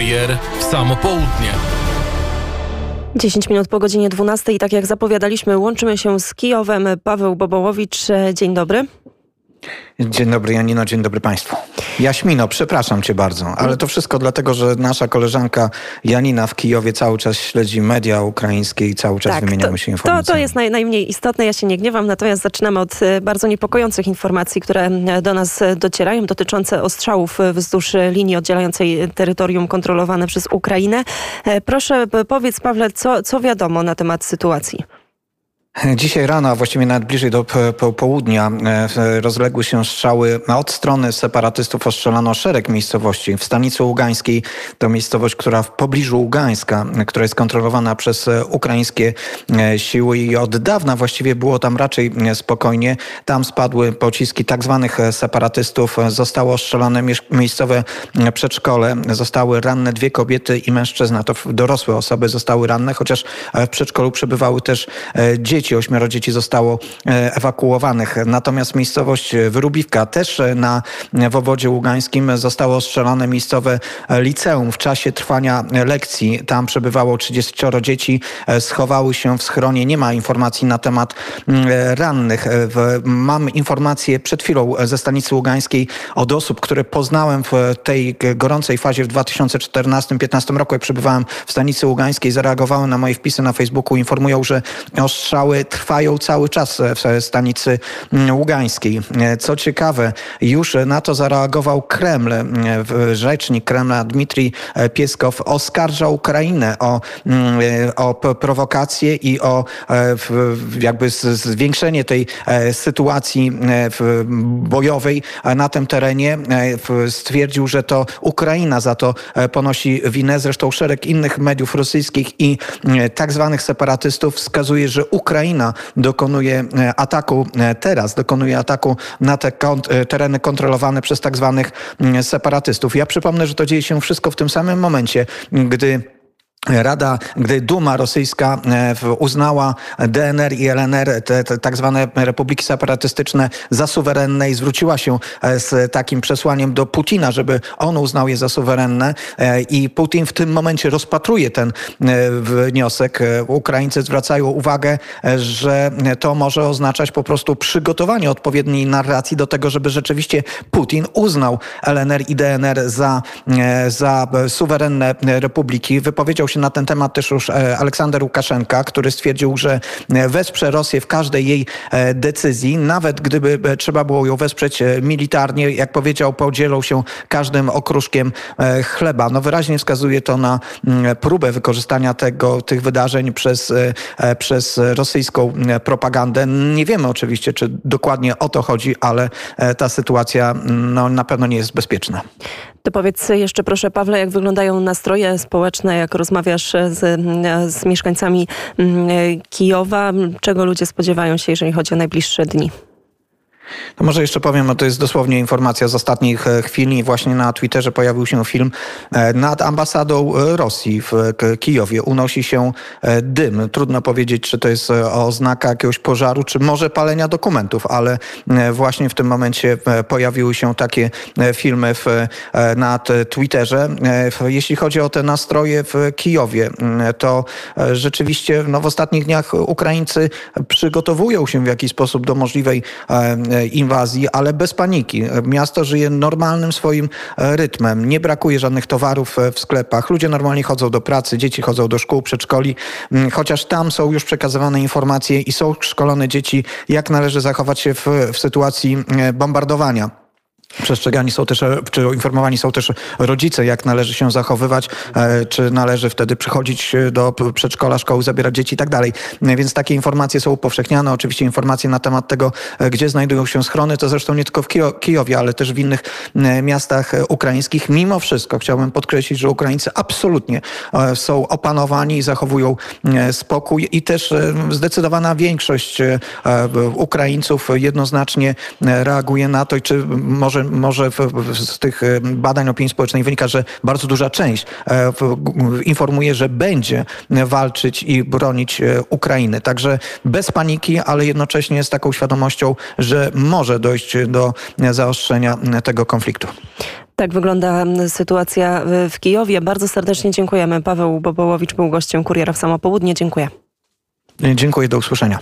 Kurier w samo południe. 10 minut po godzinie 12 i tak jak zapowiadaliśmy, łączymy się z Kijowem. Paweł Bobołowicz, dzień dobry. Dzień dobry Janino, dzień dobry Państwu. Jaśmino, przepraszam Cię bardzo, ale to wszystko dlatego, że nasza koleżanka Janina w Kijowie cały czas śledzi media ukraińskie i cały czas wymieniamy się informacjami. To jest najmniej istotne, ja się nie gniewam, natomiast zaczynamy od bardzo niepokojących informacji, które do nas docierają, dotyczące ostrzałów wzdłuż linii oddzielającej terytorium kontrolowane przez Ukrainę. Proszę powiedz, Pawle, co wiadomo na temat sytuacji? Dzisiaj rano, a właściwie nawet bliżej do południa, rozległy się strzały. Od strony separatystów ostrzelano szereg miejscowości. W stanicy ługańskiej, to miejscowość, która w pobliżu Ługańska, która jest kontrolowana przez ukraińskie siły i od dawna właściwie było tam raczej spokojnie. Tam spadły pociski tak zwanych separatystów. Zostało ostrzelone miejscowe przedszkole. Zostały ranne 2 kobiety i mężczyzna. To dorosłe osoby zostały ranne, chociaż w przedszkolu przebywały też dzieci. 8 dzieci zostało ewakuowanych. Natomiast miejscowość Wyrubiwka, też w obwodzie ługańskim, zostało ostrzelone miejscowe liceum. W czasie trwania lekcji tam przebywało 30 dzieci. Schowały się w schronie. Nie ma informacji na temat rannych. Mam informację przed chwilą ze stanicy ługańskiej od osób, które poznałem w tej gorącej fazie w 2014-2015 roku, jak przebywałem w stanicy ługańskiej. Zareagowały na moje wpisy na Facebooku. Informują, że ostrzały trwają cały czas w stanicy ługańskiej. Co ciekawe, już na to zareagował Kreml. Rzecznik Kremla Dmitrij Pieskow oskarża Ukrainę o prowokacje i o jakby zwiększenie tej sytuacji bojowej na tym terenie. Stwierdził, że to Ukraina za to ponosi winę. Zresztą szereg innych mediów rosyjskich i tak zwanych separatystów wskazuje, że Ukraina dokonuje ataku na te tereny kontrolowane przez tak zwanych separatystów. Ja przypomnę, że to dzieje się wszystko w tym samym momencie, gdy Duma rosyjska uznała DNR i LNR, te tak zwane republiki separatystyczne, za suwerenne i zwróciła się z takim przesłaniem do Putina, żeby on uznał je za suwerenne, i Putin w tym momencie rozpatruje ten wniosek. Ukraińcy zwracają uwagę, że to może oznaczać po prostu przygotowanie odpowiedniej narracji do tego, żeby rzeczywiście Putin uznał LNR i DNR za suwerenne republiki. Wypowiedział się na ten temat też już Aleksander Łukaszenka, który stwierdził, że wesprze Rosję w każdej jej decyzji, nawet gdyby trzeba było ją wesprzeć militarnie. Jak powiedział, podzielą się każdym okruszkiem chleba. Wyraźnie wskazuje to na próbę wykorzystania tych wydarzeń przez rosyjską propagandę. Nie wiemy oczywiście, czy dokładnie o to chodzi, ale ta sytuacja na pewno nie jest bezpieczna. To powiedz jeszcze proszę, Pawle, jak wyglądają nastroje społeczne, jak rozmawiasz z mieszkańcami Kijowa? Czego ludzie spodziewają się, jeżeli chodzi o najbliższe dni? To może jeszcze powiem, to jest dosłownie informacja z ostatnich chwil. Właśnie na Twitterze pojawił się film. Nad ambasadą Rosji w Kijowie unosi się dym. Trudno powiedzieć, czy to jest oznaka jakiegoś pożaru, czy może palenia dokumentów, ale właśnie w tym momencie pojawiły się takie filmy na Twitterze. Jeśli chodzi o te nastroje w Kijowie, to rzeczywiście w ostatnich dniach Ukraińcy przygotowują się w jakiś sposób do możliwej inwazji, ale bez paniki. Miasto żyje normalnym swoim rytmem. Nie brakuje żadnych towarów w sklepach. Ludzie normalnie chodzą do pracy, dzieci chodzą do szkół, przedszkoli, chociaż tam są już przekazywane informacje i są szkolone dzieci, jak należy zachować się w sytuacji bombardowania. Przestrzegani są też, czy informowani są też rodzice, jak należy się zachowywać, czy należy wtedy przychodzić do przedszkola, szkoły, zabierać dzieci i tak dalej. Więc takie informacje są upowszechniane. Oczywiście informacje na temat tego, gdzie znajdują się schrony, to zresztą nie tylko w Kijowie, ale też w innych miastach ukraińskich. Mimo wszystko chciałbym podkreślić, że Ukraińcy absolutnie są opanowani i zachowują spokój i też zdecydowana większość Ukraińców jednoznacznie reaguje na to, czy może z tych badań opinii społecznej wynika, że bardzo duża część informuje, że będzie walczyć i bronić Ukrainy. Także bez paniki, ale jednocześnie z taką świadomością, że może dojść do zaostrzenia tego konfliktu. Tak wygląda sytuacja w Kijowie. Bardzo serdecznie dziękujemy. Paweł Bobołowicz był gościem Kuriera w Samo Południe. Dziękuję. Dziękuję, do usłyszenia.